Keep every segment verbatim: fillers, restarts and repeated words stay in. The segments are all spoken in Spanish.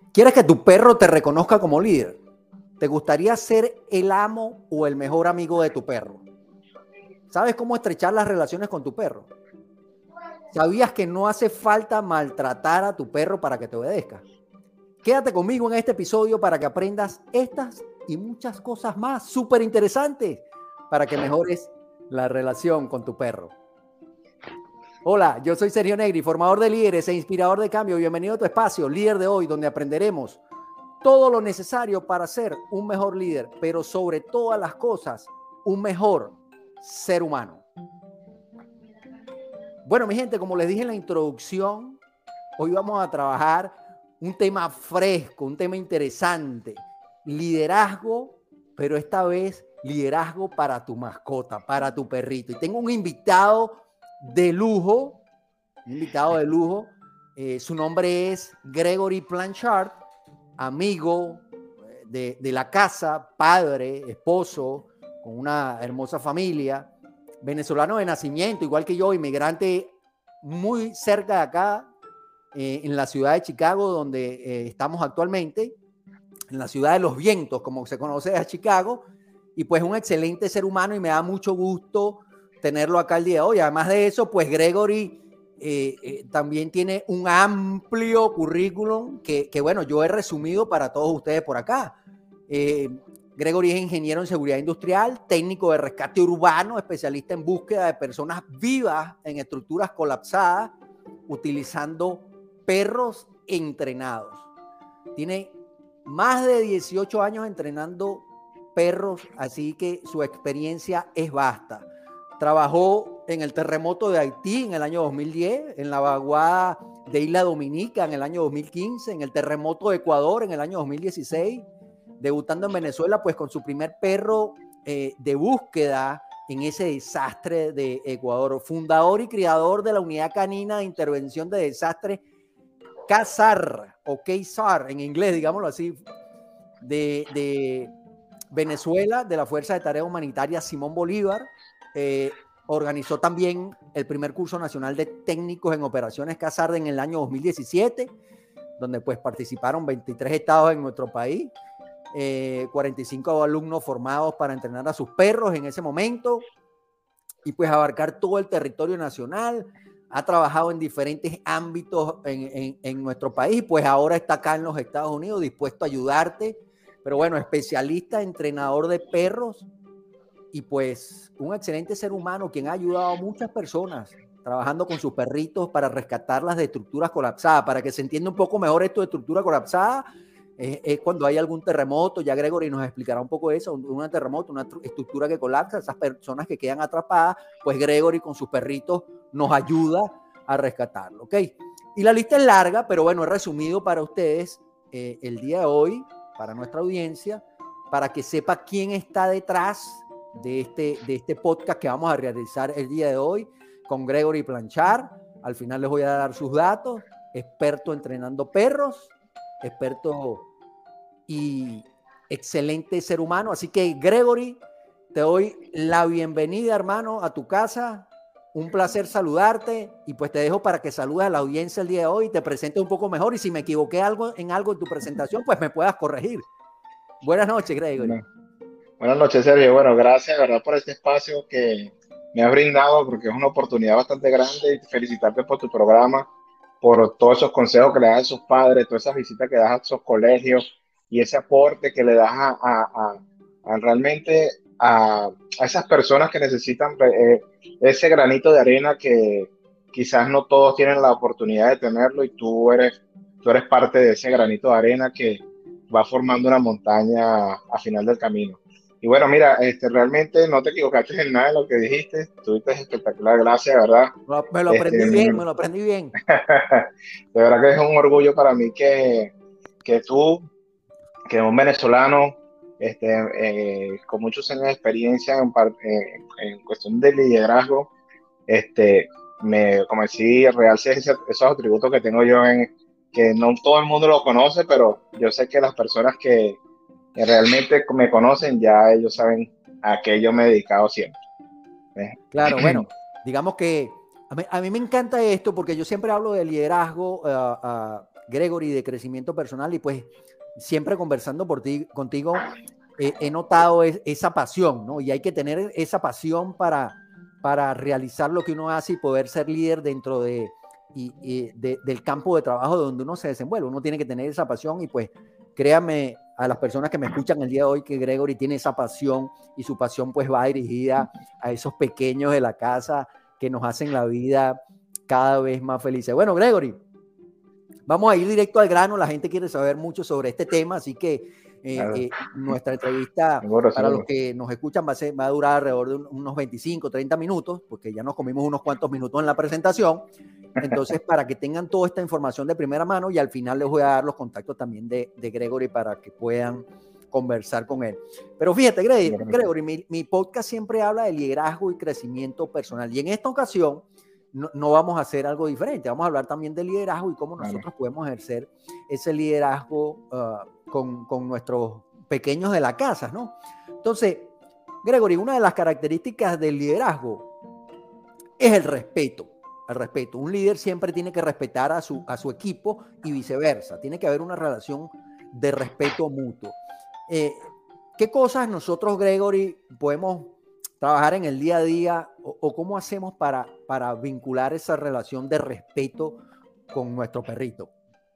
¿Quieres que tu perro te reconozca como líder? ¿Te gustaría ser el amo o el mejor amigo de tu perro? ¿Sabes cómo estrechar las relaciones con tu perro? ¿Sabías que no hace falta maltratar a tu perro para que te obedezca? Quédate conmigo en este episodio para que aprendas estas y muchas cosas más súper interesantes para que mejores la relación con tu perro. Hola, yo soy Sergio Negri, formador de líderes e inspirador de cambio. Bienvenido a tu espacio, Líder de Hoy, donde aprenderemos todo lo necesario para ser un mejor líder, pero sobre todas las cosas, un mejor ser humano. Bueno, mi gente, como les dije en la introducción, hoy vamos a trabajar un tema fresco, un tema interesante, liderazgo, pero esta vez liderazgo para tu mascota, para tu perrito. Y tengo un invitado de lujo, un invitado de lujo, eh, su nombre es Gregory Blanchard, amigo de, de la casa, padre, esposo, con una hermosa familia, venezolano de nacimiento, igual que yo, inmigrante muy cerca de acá, eh, en la ciudad de Chicago, donde eh, estamos actualmente, en la ciudad de los vientos, como se conoce a Chicago, y pues un excelente ser humano y me da mucho gusto tenerlo acá el día de hoy. Además de eso, pues Gregory eh, eh, también tiene un amplio currículum que, que, bueno, yo he resumido para todos ustedes por acá. Eh, Gregory es ingeniero en seguridad industrial, técnico de rescate urbano, especialista en búsqueda de personas vivas en estructuras colapsadas, utilizando perros entrenados. Tiene más de dieciocho años entrenando perros, así que su experiencia es vasta. Trabajó en el terremoto de Haití en el año dos mil diez, en la vaguada de Isla Dominica en el año dos mil quince, en el terremoto de Ecuador en el año dos mil dieciséis, debutando en Venezuela pues con su primer perro eh, de búsqueda en ese desastre de Ecuador. Fundador y criador de la Unidad Canina de Intervención de Desastres CASAR o CASAR en inglés, digámoslo así, de, de Venezuela, de la Fuerza de Tarea Humanitaria Simón Bolívar. Eh, organizó también el primer curso nacional de técnicos en operaciones CASAR en el año dos mil diecisiete, donde pues participaron veintitrés estados en nuestro país, eh, cuarenta y cinco alumnos formados para entrenar a sus perros en ese momento y pues abarcar todo el territorio nacional. Ha trabajado en diferentes ámbitos en, en, en nuestro país, pues ahora está acá en los Estados Unidos dispuesto a ayudarte, pero bueno, especialista, entrenador de perros y pues un excelente ser humano quien ha ayudado a muchas personas trabajando con sus perritos para rescatarlas de estructuras colapsadas. Para que se entienda un poco mejor esto de estructura colapsada, es, es cuando hay algún terremoto. Ya Gregory nos explicará un poco eso, un, un terremoto, una estructura que colapsa, esas personas que quedan atrapadas, pues Gregory con sus perritos nos ayuda a rescatarlo, ¿ok? Y la lista es larga, pero bueno, he resumido para ustedes eh, el día de hoy, para nuestra audiencia, para que sepa quién está detrás de este, de este podcast que vamos a realizar el día de hoy con Gregory Blanchard. Al final les voy a dar sus datos. Experto entrenando perros, experto y excelente ser humano. Así que Gregory, te doy la bienvenida, hermano, a tu casa. Un placer saludarte y pues te dejo para que saludes a la audiencia el día de hoy y te presentes un poco mejor, y si me equivoqué algo, en algo en tu presentación, pues me puedas corregir. Buenas noches, Gregory. Bueno, buenas noches, Sergio. Bueno, gracias, de verdad, por este espacio que me has brindado, porque es una oportunidad bastante grande, y felicitarte por tu programa, por todos esos consejos que le das a sus padres, todas esas visitas que das a esos colegios y ese aporte que le das a, a, a- a realmente a, a esas personas que necesitan eh, ese granito de arena que quizás no todos tienen la oportunidad de tenerlo, y tú eres, tú eres parte de ese granito de arena que va formando una montaña a final del camino. Y bueno, mira, este, realmente no te equivocaste en nada de lo que dijiste, estuviste espectacular, gracias, de verdad. Me lo, me lo Este, aprendí bien, me me- lo aprendí bien. de verdad que es un orgullo para mí que, que tú, que un venezolano, este, eh, con muchos años de experiencia en, par- eh, en cuestión de liderazgo, este, me, como decía, realce ese- esos atributos que tengo yo, en que no todo el mundo lo conoce, pero yo sé que las personas que, que realmente me conocen, ya ellos saben a qué yo me he dedicado siempre. ¿Eh? Claro, bueno, digamos que a mí, a mí me encanta esto porque yo siempre hablo de liderazgo, uh, uh, Gregory, de crecimiento personal, y pues siempre conversando por ti, contigo, eh, he notado es, esa pasión, ¿no? Y hay que tener esa pasión para, para realizar lo que uno hace y poder ser líder dentro de, y, y de, del campo de trabajo donde uno se desenvuelve. Uno tiene que tener esa pasión y pues créanme a las personas que me escuchan el día de hoy que Gregory tiene esa pasión y su pasión pues va dirigida a esos pequeños de la casa que nos hacen la vida cada vez más felices. Bueno, Gregory, vamos a ir directo al grano. La gente quiere saber mucho sobre este tema, así que eh, eh, nuestra entrevista, seguro, para seguro. los que nos escuchan, va a, ser, va a durar alrededor de unos veinticinco, treinta minutos, porque ya nos comimos unos cuantos minutos en la presentación. Entonces, para que tengan toda esta información de primera mano, y al final les voy a dar los contactos también de, de Gregory para que puedan conversar con él. Pero fíjate, Gregory, Gregory mi, mi podcast siempre habla de liderazgo y crecimiento personal. Y en esta ocasión no, no vamos a hacer algo diferente. Vamos a hablar también de liderazgo y cómo nosotros vale. podemos ejercer ese liderazgo uh, con, con nuestros pequeños de la casa, ¿no? Entonces, Gregory, una de las características del liderazgo es el respeto. El respeto. Un líder siempre tiene que respetar a su, a su equipo y viceversa. Tiene que haber una relación de respeto mutuo. Eh, ¿Qué cosas nosotros, Gregory, podemos trabajar en el día a día o, o cómo hacemos para, para vincular esa relación de respeto con nuestro perrito?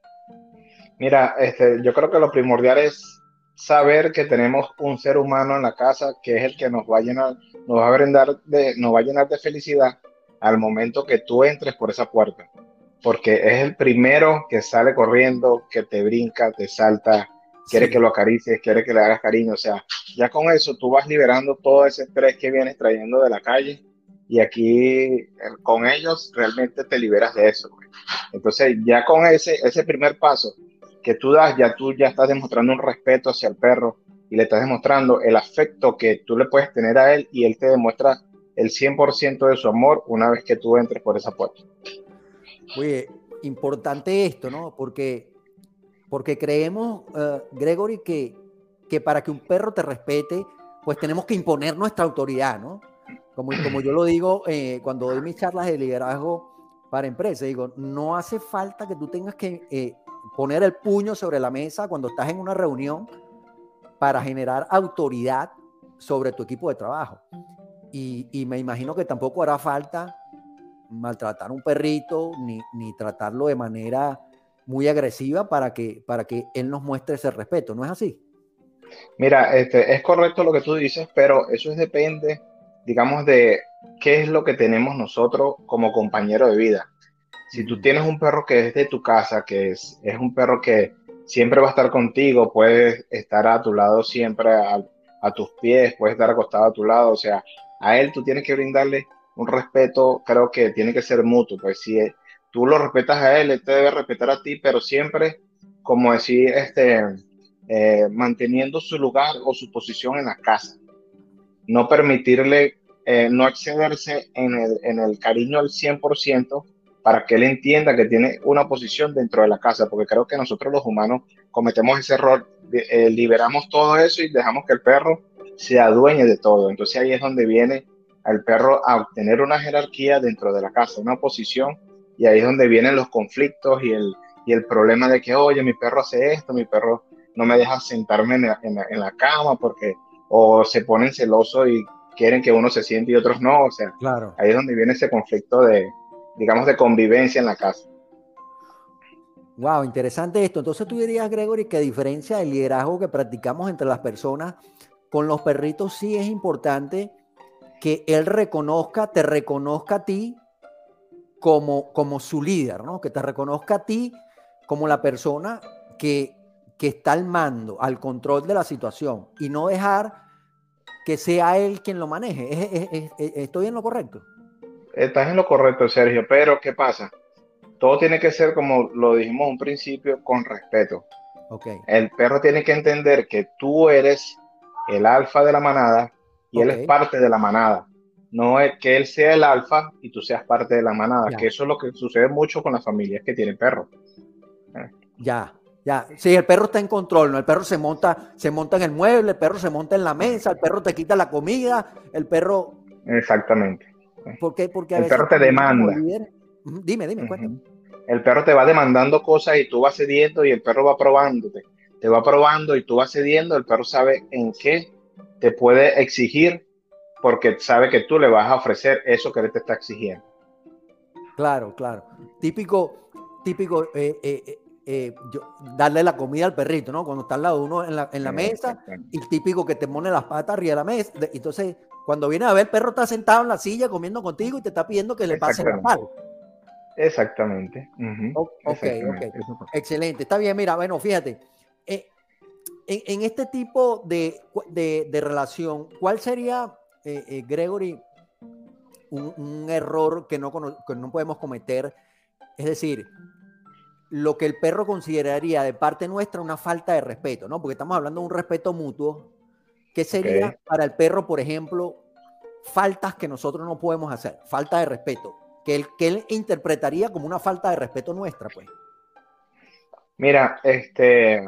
Mira, este, yo creo que lo primordial es saber que tenemos un ser humano en la casa que es el que nos va a llenar, nos va a brindar de, nos va a llenar de felicidad al momento que tú entres por esa puerta, porque es el primero que sale corriendo, que te brinca, te salta, quiere sí. que lo acaricies, quiere que le hagas cariño. O sea, ya con eso tú vas liberando todo ese estrés que vienes trayendo de la calle, y aquí con ellos realmente te liberas de eso. Entonces ya con ese, ese primer paso que tú das, ya tú ya estás demostrando un respeto hacia el perro y le estás demostrando el afecto que tú le puedes tener a él, y él te demuestra el cien por ciento de su amor una vez que tú entres por esa puerta. Oye, importante esto, ¿no? Porque, porque creemos, uh, Gregory, que, que para que un perro te respete, pues tenemos que imponer nuestra autoridad, ¿no? Como, como yo lo digo eh, cuando doy mis charlas de liderazgo para empresas, digo, no hace falta que tú tengas que eh, poner el puño sobre la mesa cuando estás en una reunión para generar autoridad sobre tu equipo de trabajo. Y, y me imagino que tampoco hará falta maltratar a un perrito ni, ni tratarlo de manera muy agresiva para que, para que él nos muestre ese respeto, ¿no es así? Mira, este, es correcto lo que tú dices, pero eso es, depende, digamos, de qué es lo que tenemos nosotros como compañero de vida. Si uh-huh. tú tienes un perro que es de tu casa, que es, es un perro que siempre va a estar contigo, puedes estar a tu lado siempre, a, a tus pies, puedes estar acostado a tu lado, o sea, a él tú tienes que brindarle un respeto, creo que tiene que ser mutuo, pues si tú lo respetas a él, él te debe respetar a ti, pero siempre, como decir, este, eh, manteniendo su lugar o su posición en la casa. No permitirle, eh, no excederse en el, en el cariño al cien por ciento para que él entienda que tiene una posición dentro de la casa, porque creo que nosotros los humanos cometemos ese error, de, eh, liberamos todo eso y dejamos que el perro se adueñe de todo. Entonces ahí es donde viene al perro a obtener una jerarquía dentro de la casa, una posición, y ahí es donde vienen los conflictos y el, y el problema de que, oye, mi perro hace esto, mi perro no me deja sentarme en la, en la, en la cama, porque o se ponen celosos y quieren que uno se siente y otros no. O sea, claro. Ahí es donde viene ese conflicto de, digamos, de convivencia en la casa. Wow, interesante esto. Entonces tú dirías, Gregory, que a diferencia del liderazgo que practicamos entre las personas, con los perritos sí es importante que él reconozca, te reconozca a ti como, como su líder, ¿no? Que te reconozca a ti como la persona que, que está al mando, al control de la situación, y no dejar que sea él quien lo maneje. ¿Es, es, es, es, ¿Estoy en lo correcto? Estás en lo correcto, Sergio, pero ¿qué pasa? Todo tiene que ser, como lo dijimos en un principio, con respeto. Okay. El perro tiene que entender que tú eres el alfa de la manada y okay. él es parte de la manada. No es que él sea el alfa y tú seas parte de la manada, ya. Que eso es lo que sucede mucho con las familias que tienen perros. ¿Eh? Ya, ya. Sí, el perro está en control, ¿no? El perro se monta, se monta en el mueble, el perro se monta en la mesa, el perro te quita la comida, el perro... Exactamente. ¿Por qué? Porque a el veces perro te demanda. Líder... Dime, dime, uh-huh. cuéntame. El perro te va demandando cosas y tú vas cediendo y el perro va probándote. Te va probando y tú vas cediendo, el perro sabe en qué te puede exigir porque sabe que tú le vas a ofrecer eso que él te está exigiendo. Claro, claro. Típico, típico, eh, eh, eh, eh, yo- darle la comida al perrito, ¿no? Cuando está al lado de uno en la, en la mesa, Exactamente. y típico que te pone las patas arriba de la mesa. de- Entonces, cuando vienes a ver, el perro está sentado en la silla comiendo contigo y te está pidiendo que le pases la Exactamente. sal. Exactamente. Ujú. O- ok, ok. Exactamente. Eso fue. Excelente. Está bien, mira, bueno, fíjate. eh, en, en este tipo de, de- de relación, ¿cuál sería, eh, eh, Gregory, un, un error que no, cono- que no podemos cometer? Es decir, lo que el perro consideraría de parte nuestra una falta de respeto, ¿no? Porque estamos hablando de un respeto mutuo. ¿Qué Ok. sería para el perro, por ejemplo, faltas que nosotros no podemos hacer? Falta de respeto. Que él, que él interpretaría como una falta de respeto nuestra, pues. Mira, este,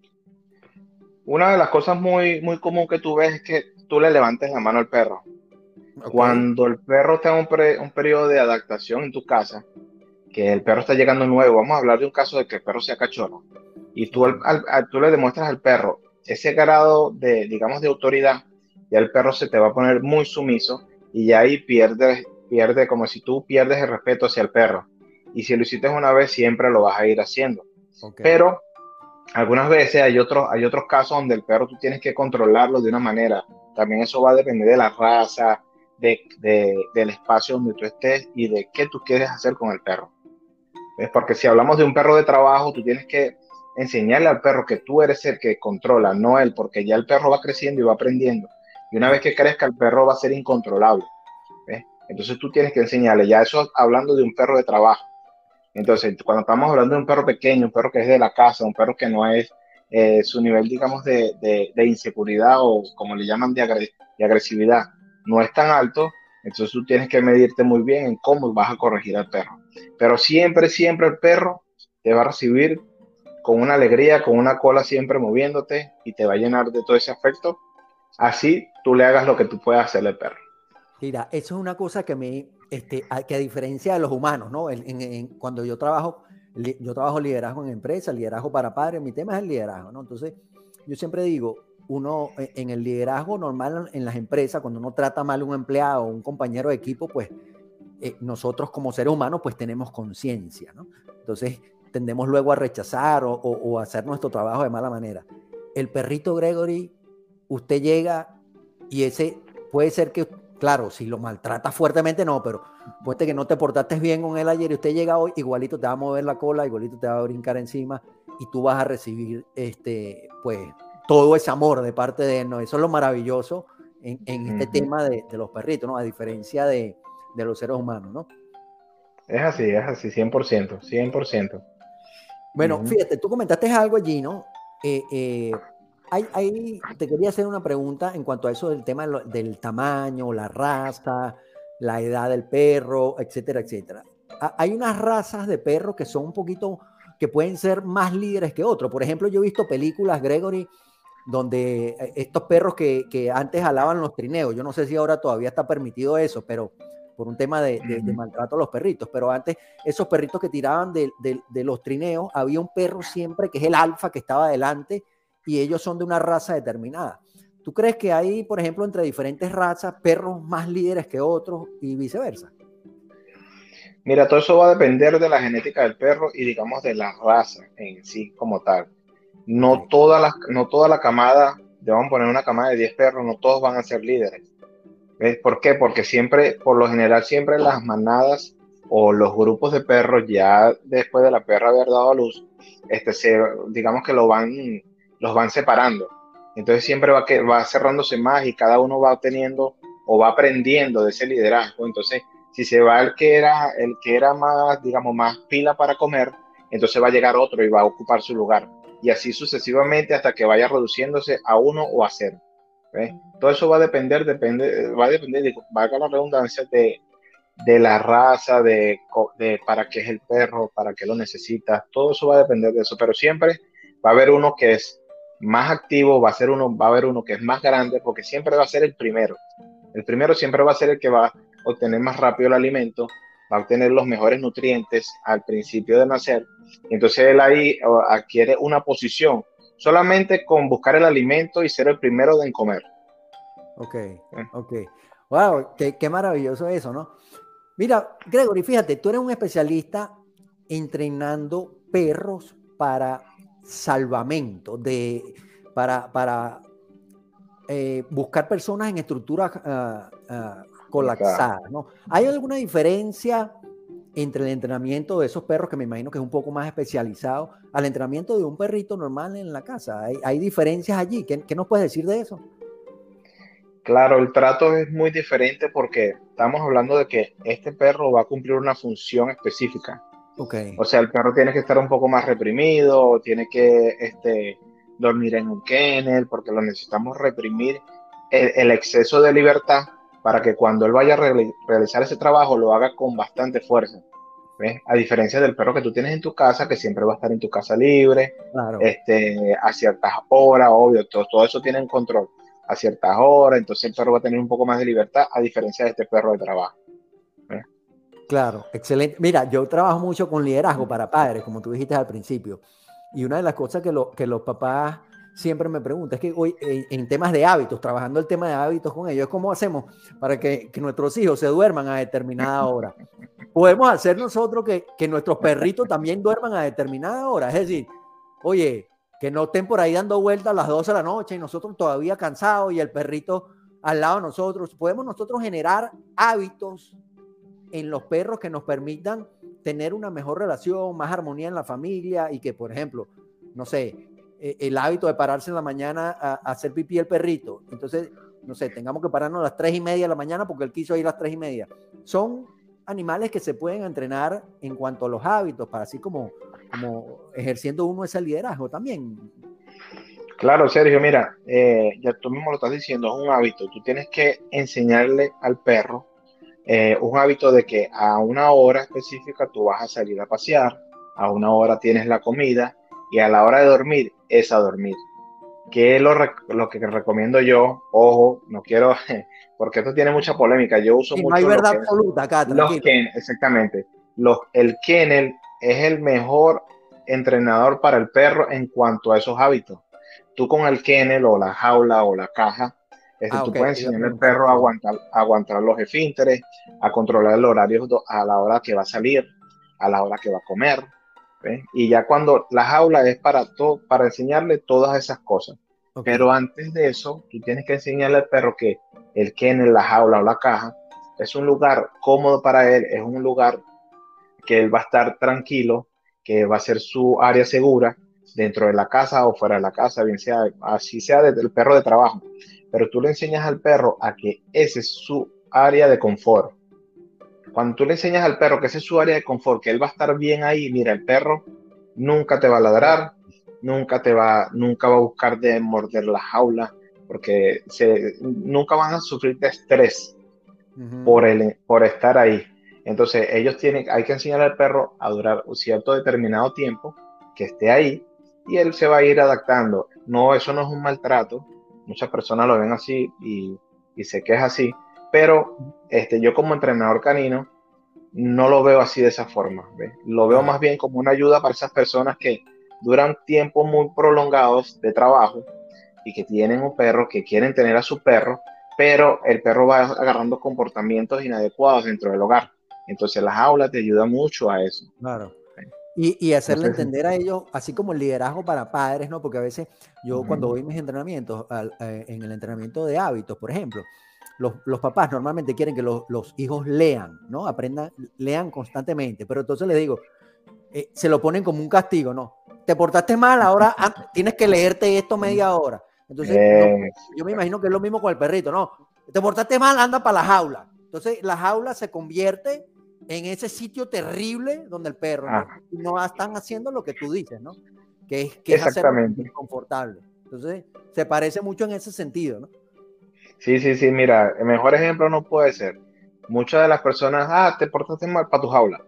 una de las cosas muy, muy común que tú ves es que tú le levantes la mano al perro. Ok. Cuando el perro está en un, pre- un periodo de adaptación en tu casa, que el perro está llegando nuevo, vamos a hablar de un caso de que el perro sea cachorro, y tú, Ok. al- al- al- tú le demuestras al perro ese grado de, digamos, de autoridad, ya el perro se te va a poner muy sumiso y ya ahí pierde, pierde como si tú pierdes el respeto hacia el perro. Y si lo hiciste una vez, siempre lo vas a ir haciendo. Ok. Pero algunas veces hay otros, hay otros casos donde el perro tú tienes que controlarlo de una manera. También eso va a depender de la raza, de, de- del espacio donde tú estés y de qué tú quieres hacer con el perro. ¿Ves? Porque si hablamos de un perro de trabajo, tú tienes que enseñarle al perro que tú eres el que controla, no él, porque ya el perro va creciendo y va aprendiendo. Y una vez Ok. que crezca, el perro va a ser incontrolable. ¿Ves? Entonces tú tienes que enseñarle, ya eso hablando de un perro de trabajo. Entonces, cuando estamos hablando de un perro pequeño, un perro que es de la casa, un perro que no es eh, su nivel, digamos, de, de, de inseguridad o como le llaman de, agre de agresividad, no es tan alto, entonces tú tienes que medirte muy bien en cómo vas a corregir al perro. Pero siempre, siempre el perro te va a recibir con una alegría, con una cola siempre moviéndote y te va a llenar de todo ese afecto. Así tú le hagas lo que tú puedas hacerle al perro. Mira, eso es una cosa que me, este, a, que a diferencia de los humanos, ¿no? En, en, en, cuando yo trabajo, li, yo trabajo liderazgo en empresa, liderazgo para padres, mi tema es el liderazgo, ¿no? Entonces, yo siempre digo, uno en el liderazgo normal en las empresas, cuando uno trata mal a un empleado o un compañero de equipo, pues eh, nosotros como seres humanos, pues tenemos conciencia, ¿no? Entonces, tendemos luego a rechazar o, o, o hacer nuestro trabajo de mala manera. El perrito Gregory, usted llega y ese puede ser que, claro, si lo maltrata fuertemente, no, pero puede que no te portaste bien con él ayer y usted llega hoy, igualito te va a mover la cola, igualito te va a brincar encima y tú vas a recibir, este, pues, todo ese amor de parte de él, ¿no? Eso es lo maravilloso en, en Uh este -huh. tema de, de los perritos, ¿no? A diferencia de, de los seres humanos, ¿no? Es así, es así, cien por ciento, cien por ciento. Uh Bueno, -huh. fíjate, tú comentaste algo allí, ¿no? Eh, eh, hay, hay, te quería hacer una pregunta en cuanto a eso del tema de lo, del tamaño, la raza, la edad del perro, etcétera, etcétera. Ha- Hay unas razas de perros que son un poquito, que pueden ser más líderes que otros. Por ejemplo, yo he visto películas, Gregory, donde eh, estos perros que, que antes jalaban los trineos, yo no sé si ahora todavía está permitido eso, pero por un tema de, Uh de, de -huh. maltrato a los perritos, pero antes esos perritos que tiraban de, de, de los trineos, había un perro siempre que es el alfa que estaba adelante y ellos son de una raza determinada. ¿Tú crees que hay, por ejemplo, entre diferentes razas, perros más líderes que otros y viceversa? Mira, todo eso va a depender de la genética del perro y digamos de la raza en sí como tal. Ok. No toda la, no toda la camada, te van a poner una camada de diez perros, no todos van a ser líderes. ¿Ves? ¿Por qué? Porque siempre, por lo general, siempre las manadas o los grupos de perros, ya después de la perra haber dado a luz, este, se, digamos que lo van, los van separando. Entonces siempre va, que, va cerrándose más y cada uno va teniendo o va aprendiendo de ese liderazgo. Entonces, si se va el que era, el que era más, digamos, más pila para comer, entonces va a llegar otro y va a ocupar su lugar. Y así sucesivamente hasta que vaya reduciéndose a uno o a cero. ¿Ves? Todo eso va a depender, depende, va a depender, de, valga la redundancia, de, de la raza, de, de para qué es el perro, para qué lo necesitas. Todo eso va a depender de eso, pero siempre va a haber uno que es más activo, va a ser uno, va a haber uno que es más grande, porque siempre va a ser el primero. El primero siempre va a ser el que va a obtener más rápido el alimento va a obtener los mejores nutrientes al principio de nacer. Entonces él ahí uh, adquiere una posición solamente con buscar el alimento y ser el primero en comer. Ok, ¿Eh? ok. Wow, qué, qué maravilloso eso, ¿no? Mira, Gregory, fíjate, tú eres un especialista entrenando perros para salvamento, de, para, para eh, buscar personas en estructuras uh, uh, colapsadas, ¿no? ¿Hay alguna diferencia entre el entrenamiento de esos perros, que me imagino que es un poco más especializado, al entrenamiento de un perrito normal en la casa? ¿Hay, hay diferencias allí? ¿Qué, ¿Qué nos puedes decir de eso? Claro, el trato es muy diferente porque estamos hablando de que este perro va a cumplir una función específica. Ok. O sea, el perro tiene que estar un poco más reprimido, tiene que este, dormir en un kennel, porque lo necesitamos reprimir el, el exceso de libertad para que cuando él vaya a reali- realizar ese trabajo lo haga con bastante fuerza. ¿Ves? A diferencia del perro que tú tienes en tu casa, que siempre va a estar en tu casa libre, Claro. este, a ciertas horas, obvio, todo, todo eso tiene un control a ciertas horas, entonces el perro va a tener un poco más de libertad, a diferencia de este perro de trabajo. ¿Ves? Claro, excelente. Mira, yo trabajo mucho con liderazgo para padres, como tú dijiste al principio. Y una de las cosas que, lo, que los papás siempre me preguntan es que hoy en, en temas de hábitos, trabajando el tema de hábitos con ellos, ¿cómo hacemos para que, que nuestros hijos se duerman a determinada hora? Podemos hacer nosotros que, que nuestros perritos también duerman a determinada hora. Es decir, oye, que no estén por ahí dando vueltas a las doce de la noche y nosotros todavía cansados y el perrito al lado de nosotros. Podemos nosotros generar hábitos en los perros que nos permitan tener una mejor relación, más armonía en la familia, y que, por ejemplo, no sé, el hábito de pararse en la mañana a, a hacer pipí el perrito, entonces, no sé, tengamos que pararnos a las tres y media de la mañana porque él quiso ir a las tres y media. Son animales que se pueden entrenar en cuanto a los hábitos, para así como, como ejerciendo uno ese liderazgo también. Claro, Sergio, mira, eh, ya tú mismo lo estás diciendo, es un hábito. Tú tienes que enseñarle al perro eh, un hábito de que a una hora específica tú vas a salir a pasear, a una hora tienes la comida y a la hora de dormir es a dormir. ¿Qué es lo, rec- lo que recomiendo yo? Ojo, no quiero, porque esto tiene mucha polémica. Yo uso Y no hay mucho lo verdad que es absoluta acá, los tranquilo. kennel, exactamente. Los, el kennel es el mejor entrenador para el perro en cuanto a esos hábitos. Tú con el kennel o la jaula o la caja, este, Ah, tú ok, puedes te iba a enseñarle al preguntar perro a eso. aguantar, a aguantar los esfínteres, a controlar el horario do- a la hora que va a salir, a la hora que va a comer. ¿Ves? Y ya cuando la jaula es para, todo, para enseñarle todas esas cosas. Ok, Pero antes de eso, tú tienes que enseñarle al perro que el kennel, la jaula o la caja es un lugar cómodo para él, es un lugar que él va a estar tranquilo, que va a ser su área segura dentro de la casa o fuera de la casa, bien sea así sea desde el perro de trabajo. Pero tú le enseñas al perro a que ese es su área de confort. Cuando tú le enseñas al perro que ese es su área de confort, que él va a estar bien ahí, mira, el perro nunca te va a ladrar, nunca te va, nunca va a buscar de morder la jaula, porque se, nunca van a sufrir de estrés uh-huh. por, el, por estar ahí. Entonces, ellos tienen, hay que enseñar al perro a durar un cierto determinado tiempo, que esté ahí, y él se va a ir adaptando. No, eso no es un maltrato. Muchas personas lo ven así y, y sé que es así, pero este, yo como entrenador canino no lo veo así de esa forma. ¿Ves? Lo veo Claro. más bien como una ayuda para esas personas que duran tiempos muy prolongados de trabajo y que tienen un perro, que quieren tener a su perro, pero el perro va agarrando comportamientos inadecuados dentro del hogar. Entonces las aulas te ayudan mucho a eso. Claro. Y, y No hacerle sé si... entender a ellos, así como el liderazgo para padres, ¿no? Porque a veces yo cuando Ujú. voy a mis entrenamientos, al, eh, en el entrenamiento de hábitos, por ejemplo, los, los papás normalmente quieren que los, los hijos lean, ¿no? Aprendan, lean constantemente, pero entonces les digo, eh, se lo ponen como un castigo, ¿no? Te portaste mal, ahora ah, tienes que leerte esto media hora. Entonces, no, Eh, yo me imagino que es lo mismo con el perrito, ¿no? Te portaste mal, anda para la jaula. Entonces, la jaula se convierte en ese sitio terrible donde el perro, entonces, ah, no están haciendo lo que tú dices, ¿no? Que es, que es hacerlo exactamente. confortable. Entonces, se parece mucho en ese sentido, ¿no? Sí, sí, sí, mira, el mejor ejemplo no puede ser. Muchas de las personas, ah, te portaste mal para tu jaula.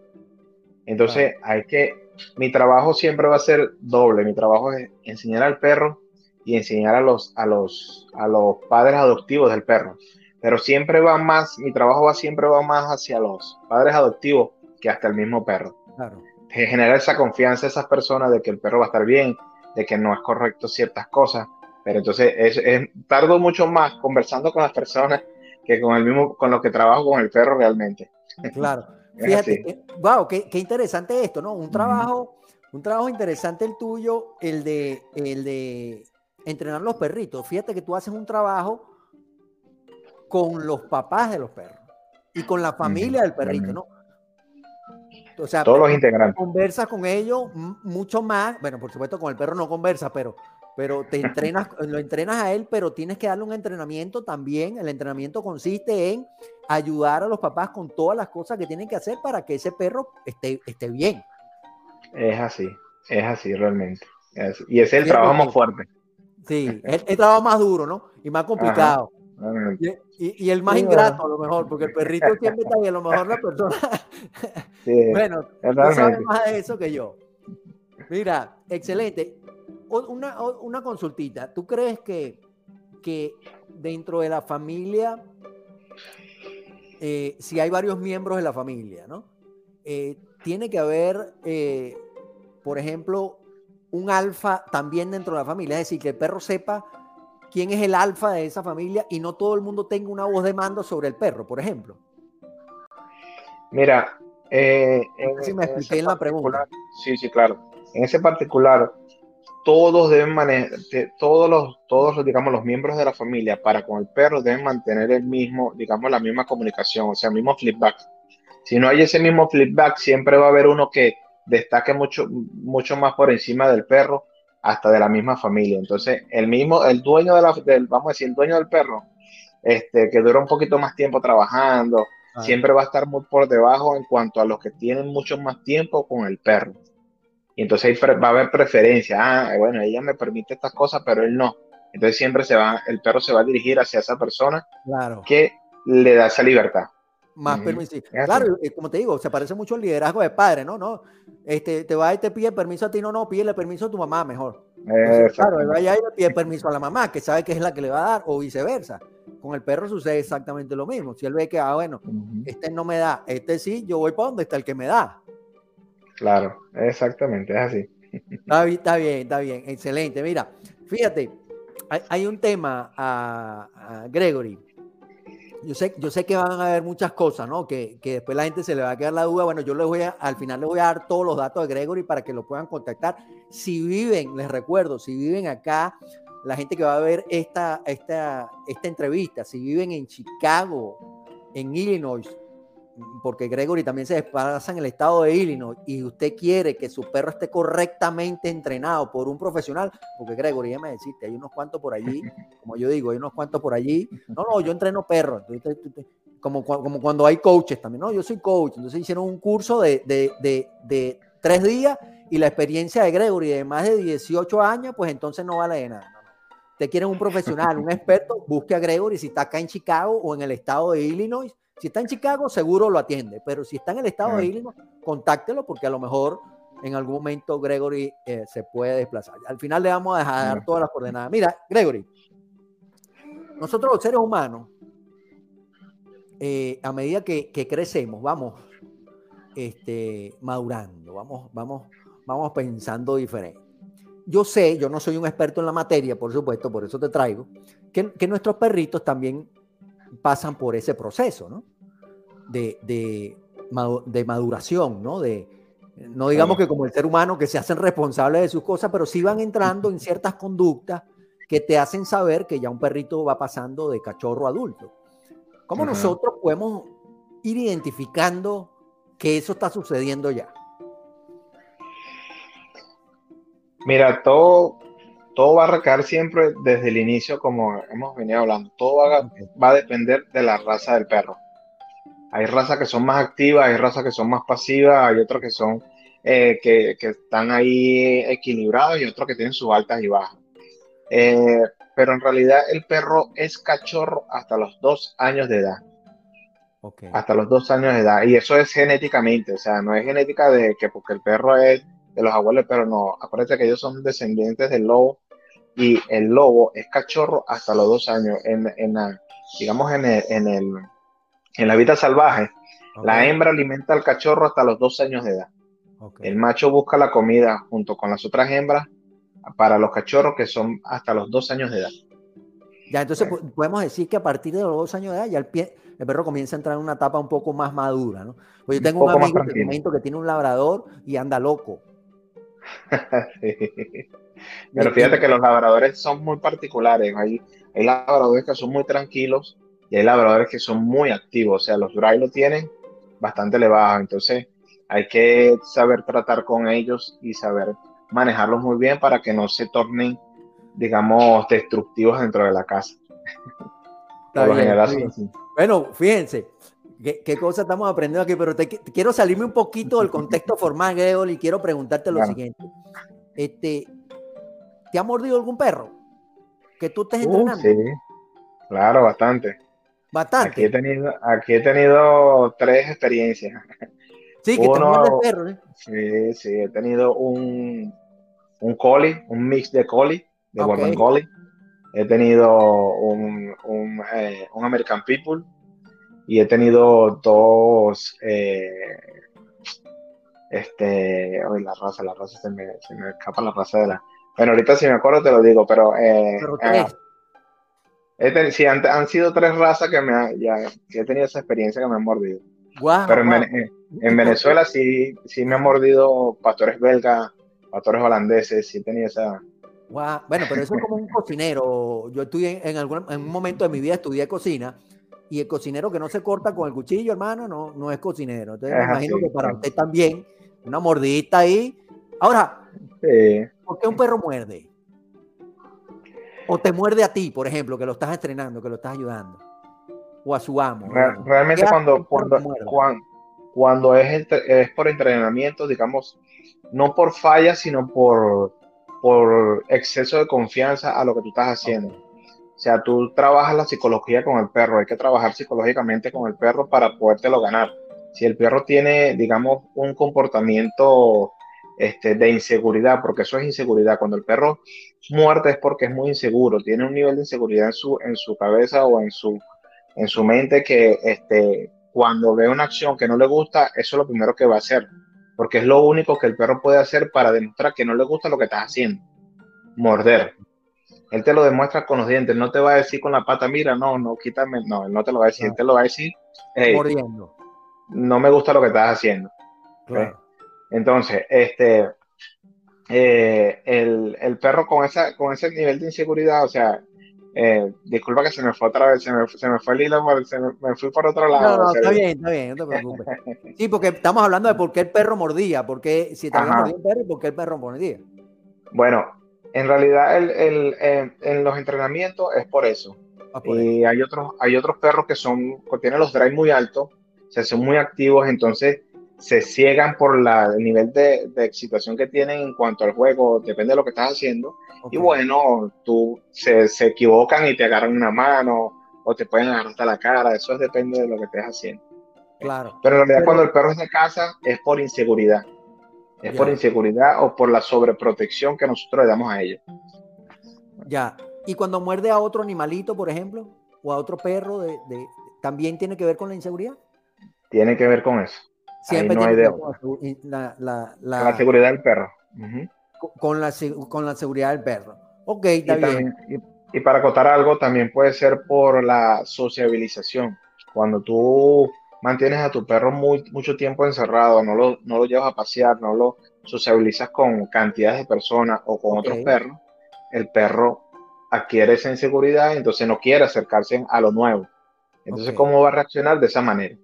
Claro. Entonces, hay que, mi trabajo siempre va a ser doble. Mi trabajo es enseñar al perro y enseñar a los, a los, a los padres adoptivos del perro. Pero siempre va más, mi trabajo va siempre va más hacia los padres adoptivos, que hasta el mismo perro. Claro. Te genera esa confianza a esas personas de que el perro va a estar bien, de que no es correcto ciertas cosas, pero entonces es, es- tardo mucho más conversando con las personas que con el mismo, con los que trabajo con el perro realmente. Claro. Es Fíjate, así. eh, wow, qué, qué interesante esto, ¿no? Un Ujú. trabajo, un trabajo interesante el tuyo, el de, el de entrenar los perritos. Fíjate que tú haces un trabajo con los papás de los perros y con la Ujú. familia del perrito, Realmente. ¿no? O sea, Todos eh, los integrantes. conversas con ellos m- mucho más. Bueno, por supuesto, con el perro no conversas, pero, pero te entrenas, lo entrenas a él, pero tienes que darle un entrenamiento también. El entrenamiento consiste en ayudar a los papás con todas las cosas que tienen que hacer para que ese perro esté, esté bien. Es así, es así realmente. Es así. Y ese es el Fíjate trabajo más que fuerte. sí, es el, el trabajo más duro, ¿no? Y más Ajá. complicado. Realmente. Y, y, y el más Sí, bueno. ingrato, a lo mejor, porque el perrito siempre está ahí, a lo mejor la persona. Sí, Bueno, es tú sabes realmente. más de eso que yo. Mira, excelente. Una, una consultita. ¿Tú crees que, que dentro de la familia, eh, si hay varios miembros de la familia, ¿no? Eh, tiene que haber, eh, por ejemplo, un alfa también dentro de la familia. Es decir, que el perro sepa quién es el alfa de esa familia y no todo el mundo tenga una voz de mando sobre el perro, por ejemplo. Mira, eh, No en, sé si me en ese expliqué en la pregunta. particular, sí, sí, claro. En ese particular, todos deben manejar, todos los, todos los, digamos, los miembros de la familia para con el perro deben mantener el mismo, digamos, la misma comunicación, o sea, el mismo feedback. Si no hay ese mismo feedback, siempre va a haber uno que destaque mucho, mucho más por encima del perro, hasta de la misma familia. Entonces, el mismo, el dueño de la, del, vamos a decir, el dueño del perro, este, que dura un poquito más tiempo trabajando, Claro. siempre va a estar muy por debajo en cuanto a los que tienen mucho más tiempo con el perro. Y entonces ahí pre- va a haber preferencia. Ah, bueno, ella me permite estas cosas, pero él no. Entonces siempre se va, el perro se va a dirigir hacia esa persona Claro. que le da esa libertad. Más Ujú. permisivo. Es así. Claro, eh, como te digo, se parece mucho al liderazgo de padre, ¿no? No, este, te va y te pide permiso a ti, no, no, pídele permiso a tu mamá mejor. Entonces, claro, él va Exactamente. allá y le pide permiso a la mamá, que sabe que es la que le va a dar, o viceversa. Con el perro sucede exactamente lo mismo. Si él ve que, ah, bueno, Ujú. este no me da, este sí, yo voy para donde está el que me da. Claro, exactamente, es así. Está bien, está bien, está bien, excelente. Mira, fíjate, hay, hay un tema, a, a Gregory. Yo sé, yo sé que van a haber muchas cosas, ¿no? Que, que después la gente se le va a quedar la duda. Bueno, yo les voy a, al final les voy a dar todos los datos de Gregory para que lo puedan contactar. Si viven, les recuerdo, si viven acá, la gente que va a ver esta, esta, esta entrevista, si viven en Chicago, en Illinois, porque Gregory también se desplaza en el estado de Illinois y usted quiere que su perro esté correctamente entrenado por un profesional, porque Gregory, ya me deciste, hay unos cuantos por allí, como yo digo, hay unos cuantos por allí, no, no, yo entreno perros, como, como cuando hay coaches también, no, yo soy coach, entonces hicieron un curso de, de, de, de tres días y la experiencia de Gregory de más de dieciocho años, pues entonces no vale de nada. No, no. Usted quiere un profesional, un experto, busque a Gregory si está acá en Chicago o en el estado de Illinois. Si está en Chicago, seguro lo atiende, pero si está en el estado de Ah, Illinois, contáctelo porque a lo mejor en algún momento Gregory eh, se puede desplazar. Al final le vamos a dejar ah, todas las coordenadas. Mira, Gregory, nosotros los seres humanos, eh, a medida que, que, crecemos, vamos este, madurando, vamos, vamos, vamos pensando diferente. Yo sé, yo no soy un experto en la materia, por supuesto, por eso te traigo, que, que nuestros perritos también pasan por ese proceso, ¿no? De, de, de maduración, ¿no? De, no digamos claro. que como el ser humano que se hacen responsables de sus cosas, pero sí van entrando en ciertas conductas que te hacen saber que ya un perrito va pasando de cachorro a adulto. ¿Cómo Ajá. nosotros podemos ir identificando que eso está sucediendo ya? Mira, todo, todo va a recaer siempre desde el inicio, como hemos venido hablando. Todo va a, Okay. va a depender de la raza del perro. Hay razas que son más activas, hay razas que son más pasivas, hay otros que son eh, que, que están ahí equilibrados y otros que tienen sus altas y bajas. Eh, pero en realidad el perro es cachorro hasta los dos años de edad. Okay. Hasta los dos años de edad. Y eso es genéticamente, o sea, no es genética de que porque el perro es de los abuelos, pero no. Acuérdate que ellos son descendientes del lobo y el lobo es cachorro hasta los dos años. En, en la, digamos, en el, en el, en la vida salvaje, Ok, La hembra alimenta al cachorro hasta los dos años de edad. ok. El macho busca la comida junto con las otras hembras para los cachorros que son hasta los dos años de edad. Ya, entonces ¿Ves? po- podemos decir que a partir de los dos años de edad ya el, pie- el perro comienza a entrar en una etapa un poco más madura, ¿no? Pues yo Un tengo un poco más amigo, te tranquilo. comento, que tiene un labrador y anda loco. Sí. Y, Pero fíjate y- que los labradores son muy particulares. Hay, hay labradores que son muy tranquilos y hay labradores que son muy activos. O sea, los Bray lo tienen bastante elevado. Entonces, hay que saber tratar con ellos y saber manejarlos muy bien para que no se tornen, digamos, destructivos dentro de la casa. Está Por lo bien, general está son bien. así. Bueno, fíjense, qué, qué cosa estamos aprendiendo aquí, pero te, te quiero salirme un poquito del contexto formal, Greol, y quiero preguntarte lo Claro. siguiente. Este, ¿te ha mordido algún perro que tú estés Uh, entrenando? sí, claro, bastante. Aquí he Bastante. tenido, aquí he tenido tres experiencias. Sí, que te muerde el Uno, perro, ¿eh? sí, sí, he tenido un, un collie, un mix de collie, de Ok. Bourbon Collie. He tenido un, un, eh, un American Pitbull y he tenido dos, eh, este, hoy la raza, la raza se me, se me escapa la raza de la... Bueno, ahorita si me acuerdo te lo digo, pero eh, Pero eh, tres. he ten- sí, han, han sido tres razas que, me, ha- ya, que he tenido esa experiencia que me han mordido. Guau, Pero en, guau. Vene- eh, ¿Y en por qué? Venezuela sí, sí me han mordido pastores belgas, pastores holandeses, sí he tenido esa... Guau. Bueno, pero eso es como un cocinero. Yo estudié en, algún, en un momento de mi vida estudié cocina y el cocinero que no se corta con el cuchillo, hermano, no, no es cocinero. Entonces me Es imagino que así. para Sí. usted también, una mordidita ahí. Ahora, Sí. ¿por qué un perro muerde? O te muerde a ti, por ejemplo, que lo estás entrenando, que lo estás ayudando. O a su amo, Re- digamos. ¿Qué realmente hace que cuando, un perro cuando, te muerda? cuan- cuando es, entre- es por entrenamiento, digamos, no por falla, sino por, por exceso de confianza a lo que tú estás Ok, haciendo. O sea, tú trabajas la psicología con el perro, hay que trabajar psicológicamente con el perro para podértelo ganar. Si el perro tiene, digamos, un comportamiento este, de inseguridad, porque eso es inseguridad, cuando el perro muerde es porque es muy inseguro, tiene un nivel de inseguridad en su, en su cabeza o en su, en su mente que este, cuando ve una acción que no le gusta, eso es lo primero que va a hacer, porque es lo único que el perro puede hacer para demostrar que no le gusta lo que estás haciendo, morder. Él te lo demuestra con los dientes, no te va a decir con la pata, mira, no, no, quítame, no, él no te lo va a decir, él te claro. lo va a decir, hey, Mordiendo, no me gusta lo que estás haciendo. ¿Ves? claro. Entonces, este, eh, el, el, perro con, esa, con ese nivel de inseguridad, o sea, eh, disculpa que se me fue otra vez, se me, se me fue el hilo, se me, me, fui por otro No, lado, no, está Sergio. bien, está bien, no te preocupes. Sí, porque estamos hablando de por qué el perro mordía, porque si te había Ajá. mordido el perro y por qué el perro mordía. Bueno, en realidad el, el, en, en los entrenamientos es por eso. Ah, por eso. Y hay otros, hay otros perros que son, que tienen los drive muy altos, o sea, son muy activos, entonces se ciegan por la, el nivel de, de excitación que tienen en cuanto al juego, depende de lo que estás haciendo. Y Ok, bueno, tú se, se equivocan y te agarran una mano o te pueden agarrar hasta la cara, eso depende de lo que estés haciendo. claro. Pero en realidad cuando Pero el perro es de casa es por inseguridad, es por ya, inseguridad o por la sobreprotección que nosotros le damos a ellos. ya. Y cuando muerde a otro animalito, por ejemplo, o a otro perro, de, de- ¿también tiene que ver con la inseguridad? Tiene que ver con eso. Ahí Siempre no hay tiene que de ver con otra. la, la, la, Con la la- seguridad del perro. Ujú. con la, se- con la seguridad del perro. Ok, está Y bien. también, y, y para acotar algo, también puede ser por la sociabilización. Cuando tú mantienes a tu perro muy, mucho tiempo encerrado, no lo, no lo llevas a pasear, no lo sociabilizas con cantidades de personas o con Ok, otros perros, el perro adquiere esa inseguridad y entonces no quiere acercarse a lo nuevo. ok. Entonces, ¿cómo va a reaccionar? De esa manera.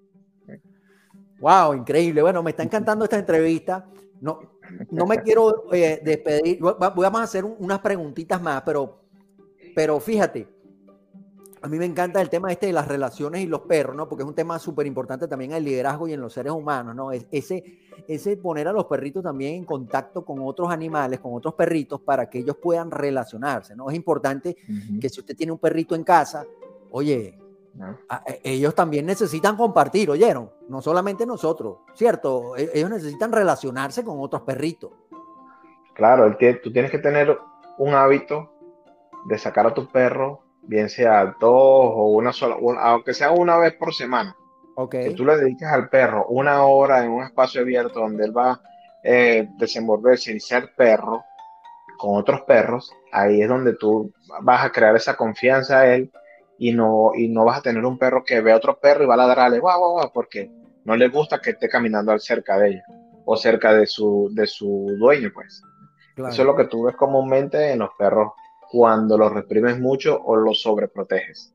Wow, increíble. Bueno, me está encantando esta entrevista. No, no me quiero eh, despedir. Voy- Vamos a hacer un- unas preguntitas más, pero, pero fíjate, a mí me encanta el tema este de las relaciones y los perros, ¿no? Porque es un tema súper importante también en el liderazgo y en los seres humanos, ¿no? Es, ese, ese poner a los perritos también en contacto con otros animales, con otros perritos, para que ellos puedan relacionarse, ¿no? Es importante Ujú. que si usted tiene un perrito en casa, oye, ¿No? a- e- ellos también necesitan compartir, ¿oyeron? No solamente nosotros, ¿cierto? E- Ellos necesitan relacionarse con otros perritos. Claro, el tie- tú tienes que tener un hábito de sacar a tu perro, bien sea dos o una sola, un- aunque sea una vez por semana, Ok, que tú le dediques al perro una hora en un espacio abierto donde él va a eh, desenvolverse y ser perro con otros perros, ahí es donde tú vas a crear esa confianza a él y no, y no vas a tener un perro que ve a otro perro y va a ladrarle, guau, guau, guau, porque no le gusta que esté caminando al cerca de ella o cerca de su, de su dueño, pues. Eso es claro. lo que tú ves comúnmente en los perros cuando los reprimes mucho o los sobreproteges.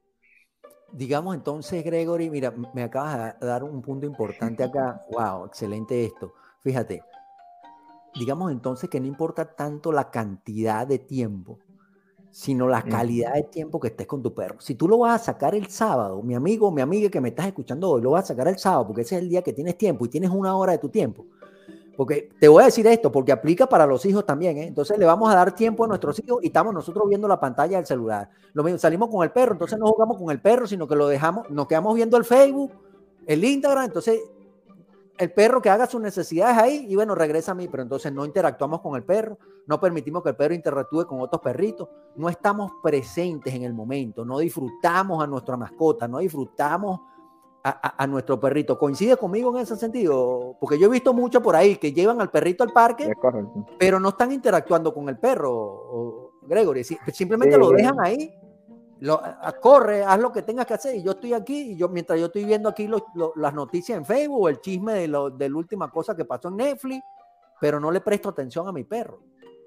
Digamos entonces, Gregory, mira, me acabas de dar un punto importante acá. Wow, excelente esto. Fíjate, digamos entonces que no importa tanto la cantidad de tiempo, sino la Ujú. calidad de tiempo que estés con tu perro. Si tú lo vas a sacar el sábado, mi amigo, mi amiga que me estás escuchando hoy, lo vas a sacar el sábado porque ese es el día que tienes tiempo y tienes una hora de tu tiempo. Porque te voy a decir esto, porque aplica para los hijos también, ¿eh? Entonces le vamos a dar tiempo a nuestros hijos y estamos nosotros viendo la pantalla del celular. Lo mismo, salimos con el perro, entonces no jugamos con el perro, sino que lo dejamos, nos quedamos viendo el Facebook, el Instagram, entonces el perro que haga sus necesidades ahí y bueno, regresa a mí, pero entonces no interactuamos con el perro, no permitimos que el perro interactúe con otros perritos, no estamos presentes en el momento, no disfrutamos a nuestra mascota, no disfrutamos a, a, a nuestro perrito. ¿Coincide conmigo en ese sentido? Porque yo he visto mucho por ahí que llevan al perrito al parque, Es correcto. pero no están interactuando con el perro, o, Gregory, Sí, simplemente lo dejan ahí. Lo, a, corre, haz lo que tengas que hacer y yo estoy aquí y yo mientras yo estoy viendo aquí lo, lo, las noticias en Facebook o el chisme de, lo, de la última cosa que pasó en Netflix, pero no le presto atención a mi perro.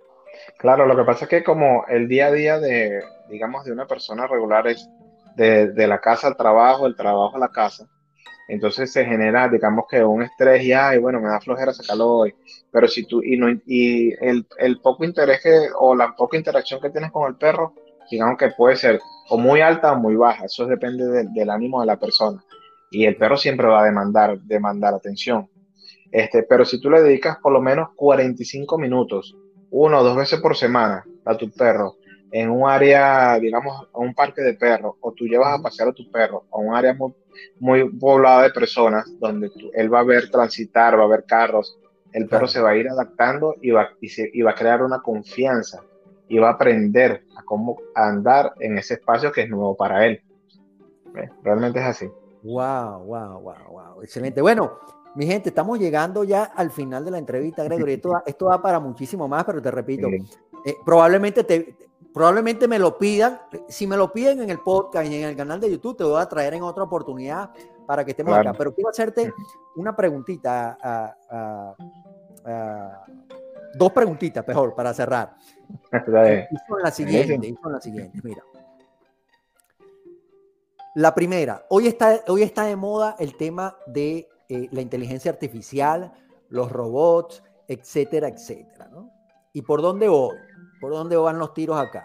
claro, lo que pasa es que como el día a día de, digamos, de una persona regular es de, de la casa al trabajo, el trabajo a la casa, entonces se genera, digamos que un estrés y, ay, bueno, me da flojera sacarlo hoy, pero si tú, y, no, y el, el poco interés que, o la poca interacción que tienes con el perro, digamos que puede ser o muy alta o muy baja, eso depende de- del ánimo de la persona, y el perro Claro. siempre va a demandar, demandar atención. Este, pero si tú le dedicas por lo menos cuarenta y cinco minutos, uno o dos veces por semana a tu perro, en un área, digamos, a un parque de perros, o tú llevas a Uh-huh. pasear a tu perro a un área muy, muy poblada de personas, donde tú- él va a ver transitar, va a ver carros, el perro Claro. se va a ir adaptando y va, y, se, y va a crear una confianza y va a aprender a cómo andar en ese espacio que es nuevo para él. ¿Ves? Realmente es así. Wow, wow, wow, wow. Excelente. Bueno, mi gente, estamos llegando ya al final de la entrevista, Gregory. Esto, da- esto da para muchísimo más, pero te repito, Sí, eh, probablemente, te, probablemente me lo pidan. Si me lo piden en el podcast y en el canal de YouTube, te voy a traer en otra oportunidad para que estemos acá. claro. Pero quiero hacerte una preguntita, a, a, a, dos preguntitas, mejor, para cerrar. Y, y son las siguientes, Buenísimo. y son las siguientes. Mira. La primera, hoy está, hoy está de moda el tema de eh, la inteligencia artificial, los robots, etcétera, etcétera, ¿no? ¿Y por dónde voy? ¿Por dónde van los tiros acá?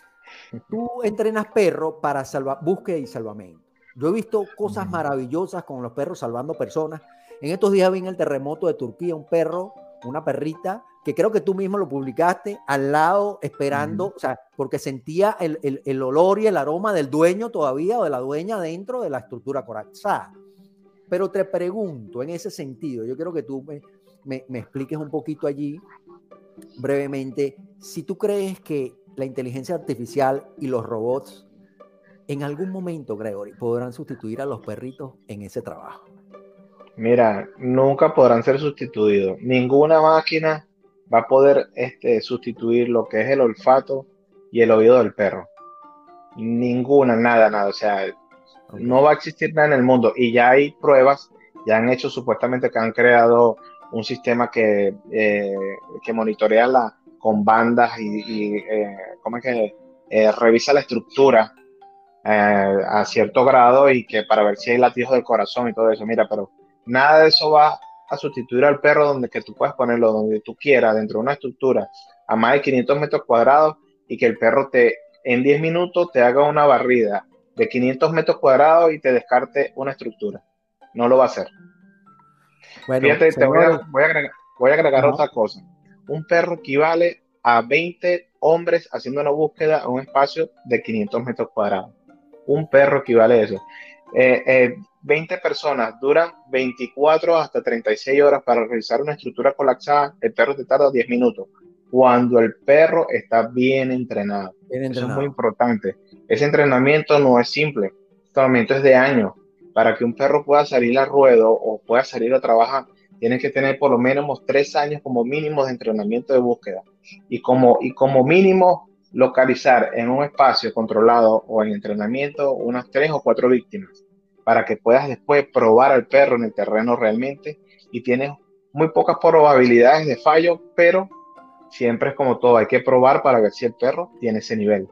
Tú entrenas perros para salva, búsqueda y salvamento. Yo he visto cosas maravillosas con los perros salvando personas. En estos días vi en el terremoto de Turquía un perro, una perrita, que creo que tú mismo lo publicaste, al lado esperando, o sea, porque sentía el, el, el olor y el aroma del dueño todavía o de la dueña dentro de la estructura corazada. Pero te pregunto en ese sentido, yo quiero que tú me, me, me expliques un poquito allí brevemente, si tú crees que la inteligencia artificial y los robots en algún momento, Gregory, podrán sustituir a los perritos en ese trabajo. Mira, nunca podrán ser sustituidos. Ninguna máquina va a poder este, sustituir lo que es el olfato y el oído del perro. Ninguna, nada, nada. O sea, no Okay. va a existir nada en el mundo. Y ya hay pruebas, ya han hecho supuestamente que han creado un sistema que, eh, que monitorea la, con bandas y, y eh, ¿cómo es que? Eh, revisa la estructura eh, a cierto grado y que para ver si hay latidos del corazón y todo eso. Mira, pero nada de eso va a sustituir al perro donde que tú puedas ponerlo donde tú quieras, dentro de una estructura a más de quinientos metros cuadrados y que el perro te en diez minutos te haga una barrida de quinientos metros cuadrados y te descarte una estructura. No lo va a hacer. Bueno, Fíjate, te voy a, señores, voy a agregar, voy a agregar ajá. otra cosa. Un perro equivale a veinte hombres haciendo una búsqueda en un espacio de quinientos metros cuadrados. Un perro equivale a eso. Eh, eh, veinte personas duran veinticuatro hasta treinta y seis horas para realizar una estructura colapsada. El perro te tarda diez minutos. Cuando el perro está bien entrenado. Bien Eso es muy entrenado. importante. Ese entrenamiento no es simple. Ese entrenamiento es de años. para que un perro pueda salir a ruedo o pueda salir a trabajar, tienes que tener por lo menos tres años como mínimo de entrenamiento de búsqueda y como, y como mínimo localizar en un espacio controlado o en entrenamiento unas tres o cuatro víctimas para que puedas después probar al perro en el terreno realmente y tienes muy pocas probabilidades de fallo, pero siempre es como todo, hay que probar para ver si el perro tiene ese nivel.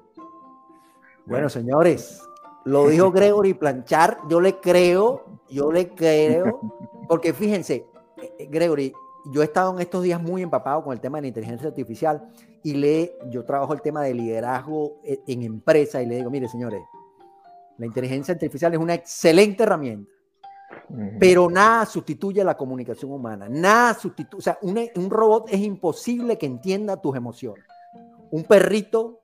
Bueno, señores, lo dijo Gregory Planchar, yo le creo, yo le creo, porque fíjense, Gregory, yo he estado en estos días muy empapado con el tema de la inteligencia artificial y le, yo trabajo el tema de liderazgo en empresa y le digo, mire, señores, la inteligencia artificial es una excelente herramienta, pero nada sustituye a la comunicación humana, nada sustituye, o sea, un, un robot es imposible que entienda tus emociones. Un perrito,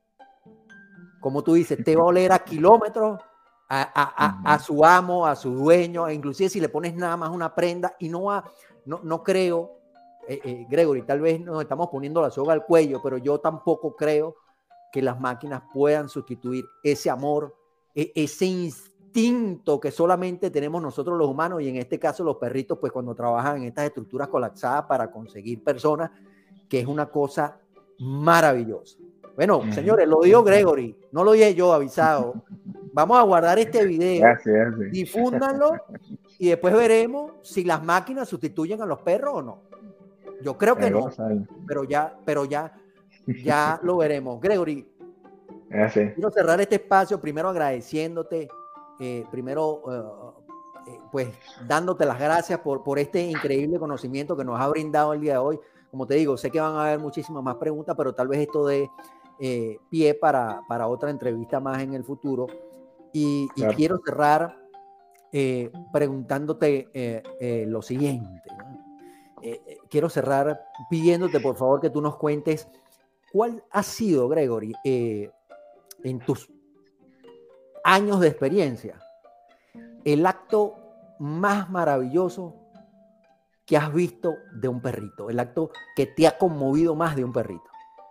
como tú dices, te va a oler a kilómetros a, a, a, a su amo, a su dueño, e inclusive si le pones nada más una prenda y no va, no, no creo, eh, eh, Gregory, tal vez nos estamos poniendo la soga al cuello, pero yo tampoco creo que las máquinas puedan sustituir ese amor, eh, ese instinto que solamente tenemos nosotros los humanos y en este caso los perritos, pues cuando trabajan en estas estructuras colapsadas para conseguir personas, que es una cosa maravillosa. Bueno, uh-huh. Señores, lo dijo Gregory, no lo dije yo, avisado. Vamos a guardar este video, gracias, gracias. Difúndanlo y después veremos si las máquinas sustituyen a los perros o no. Yo creo que no, pero ya, pero ya, ya lo veremos. Gregory, gracias. Quiero cerrar este espacio primero agradeciéndote, eh, primero uh, eh, pues dándote las gracias por, por este increíble conocimiento que nos ha brindado el día de hoy. Como te digo, sé que van a haber muchísimas más preguntas, pero tal vez esto dé eh, pie para, para otra entrevista más en el futuro. Y, claro. y quiero cerrar eh, preguntándote eh, eh, lo siguiente, ¿no? Eh, eh, quiero cerrar pidiéndote, por favor, que tú nos cuentes cuál ha sido, Gregory, eh, en tus años de experiencia, el acto más maravilloso que has visto de un perrito, el acto que te ha conmovido más de un perrito.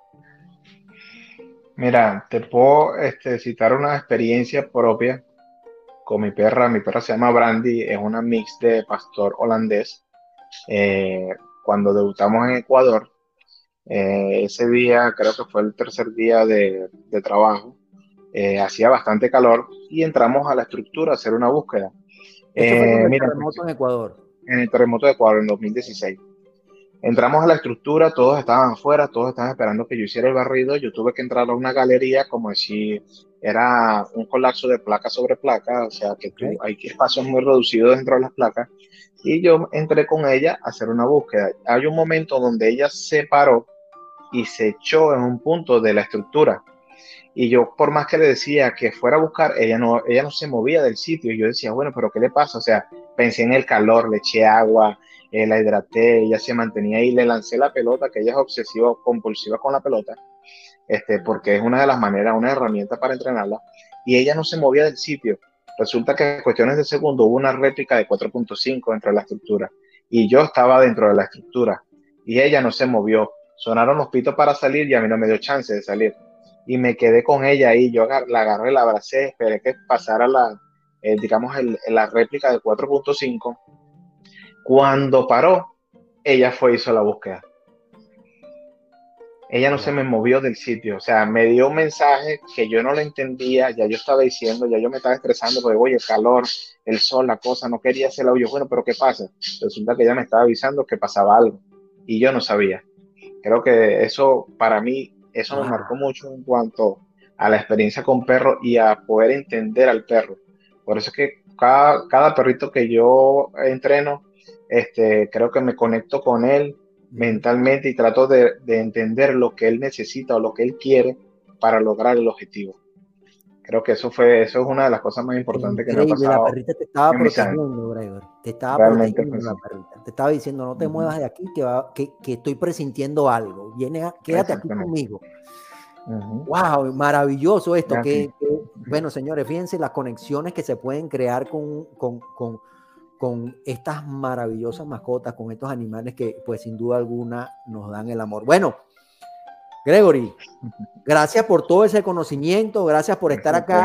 Mira, te puedo este, citar una experiencia propia con mi perra. Mi perra se llama Brandy, es una mix de pastor holandés. Eh, cuando debutamos en Ecuador, eh, ese día, creo que fue el tercer día de, de trabajo, eh, hacía bastante calor y entramos a la estructura a hacer una búsqueda. Esto fue con Eh, el mira, terremoto pues, en Ecuador. En el terremoto de Ecuador en dos mil dieciséis. Entramos a la estructura, todos estaban afuera, todos estaban esperando que yo hiciera el barrido. Yo tuve que entrar a una galería como si era un colapso de placa sobre placa, o sea que tú, hay espacios muy reducidos dentro de las placas. Y yo entré con ella a hacer una búsqueda. Hay un momento donde ella se paró y se echó en un punto de la estructura. Y yo, por más que le decía que fuera a buscar, ella no, ella no se movía del sitio. Y yo decía, bueno, pero ¿qué le pasa? O sea, pensé en el calor, le eché agua, eh, la hidraté, ella se mantenía ahí, le lancé la pelota, que ella es obsesiva, compulsiva con la pelota, este, porque es una de las maneras, una herramienta para entrenarla. Y ella no se movía del sitio. Resulta que en cuestiones de segundo hubo una réplica de cuatro punto cinco dentro de la estructura. Y yo estaba dentro de la estructura. Y ella no se movió. Sonaron los pitos para salir y a mí no me dio chance de salir. Y me quedé con ella ahí, yo la agarré, la abracé, esperé que pasara la, eh, digamos, el, la réplica de cuatro punto cinco. Cuando paró, ella fue y hizo la búsqueda. Ella no wow. se me movió del sitio, o sea, me dio un mensaje que yo no lo entendía, ya yo estaba diciendo, ya yo me estaba estresando, porque oye, el calor, el sol, la cosa, no quería hacer la yo, bueno, pero ¿qué pasa? Resulta que ella me estaba avisando que pasaba algo, y yo no sabía. Creo que eso, para mí, eso wow. me marcó mucho en cuanto a la experiencia con perro y a poder entender al perro. Por eso es que cada, cada perrito que yo entreno, este, creo que me conecto con él mentalmente y trato de, de entender lo que él necesita o lo que él quiere para lograr el objetivo. Creo que eso fue, eso es una de las cosas más importantes increíble, que me ha pasado. La perrita te estaba protegiendo, Gregory. Te estaba Realmente protegiendo la perrita. Te estaba diciendo, no te uh-huh. muevas de aquí, que, va, que, que estoy presintiendo algo. Viene a, quédate aquí conmigo. Uh-huh. Wow, maravilloso esto. Que, que, bueno, señores, fíjense las conexiones que se pueden crear con, con, con, con estas maravillosas mascotas, con estos animales que, pues, sin duda alguna nos dan el amor. Bueno, Gregory, gracias por todo ese conocimiento, gracias por estar acá.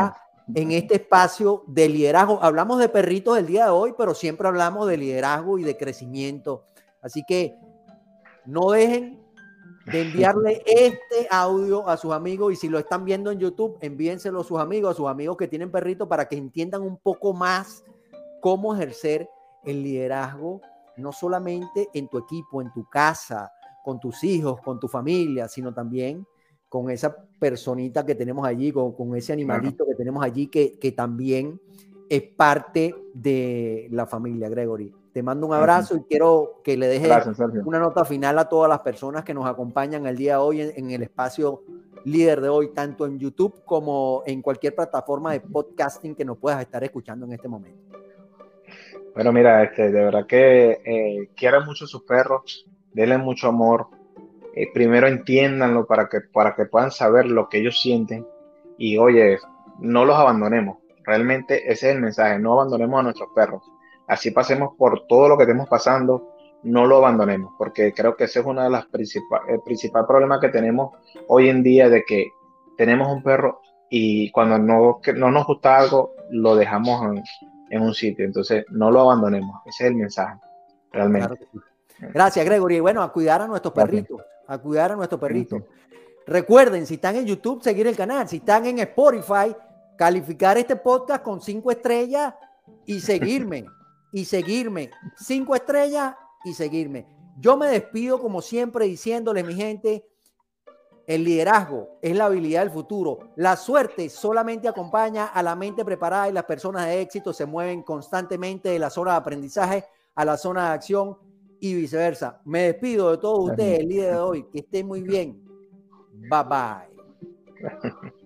en este espacio de liderazgo. Hablamos de perritos el día de hoy, pero siempre hablamos de liderazgo y de crecimiento. Así que no dejen de enviarle este audio a sus amigos, y si lo están viendo en YouTube, envíenselo a sus amigos, a sus amigos que tienen perritos, para que entiendan un poco más cómo ejercer el liderazgo, no solamente en tu equipo, en tu casa, con tus hijos, con tu familia, sino también con esa personita que tenemos allí, con, con ese animalito que tenemos allí, que, que también es parte de la familia. Gregory, te mando un abrazo y quiero que le dejes Gracias, Sergio. una nota final a todas las personas que nos acompañan el día de hoy en, en el espacio líder de hoy, tanto en YouTube como en cualquier plataforma de podcasting que nos puedas estar escuchando en este momento. Bueno, mira, este, de verdad que eh, quieran mucho a sus perros, denle mucho amor. Eh, primero entiéndanlo para que, para que puedan saber lo que ellos sienten. Y oye, no los abandonemos. Realmente ese es el mensaje, no abandonemos a nuestros perros. Así pasemos por todo lo que estemos pasando, no lo abandonemos, porque creo que ese es uno de los principales, el principal problema que tenemos hoy en día, de que tenemos un perro y cuando no, que no nos gusta algo, lo dejamos en, en un sitio. Entonces, no lo abandonemos. Ese es el mensaje, realmente. Claro que sí. Gracias, Gregory. Y bueno, a cuidar a nuestros Gracias. perritos, a cuidar a nuestros perritos. Sí, sí. Recuerden, si están en YouTube, seguir el canal. Si están en Spotify, calificar este podcast con cinco estrellas y seguirme. Y seguirme. Cinco estrellas y seguirme. Yo me despido como siempre diciéndoles, mi gente, el liderazgo es la habilidad del futuro. La suerte solamente acompaña a la mente preparada, y las personas de éxito se mueven constantemente de la zona de aprendizaje a la zona de acción y viceversa. Me despido de todos ustedes el día de hoy. Que estén muy bien. Bye bye.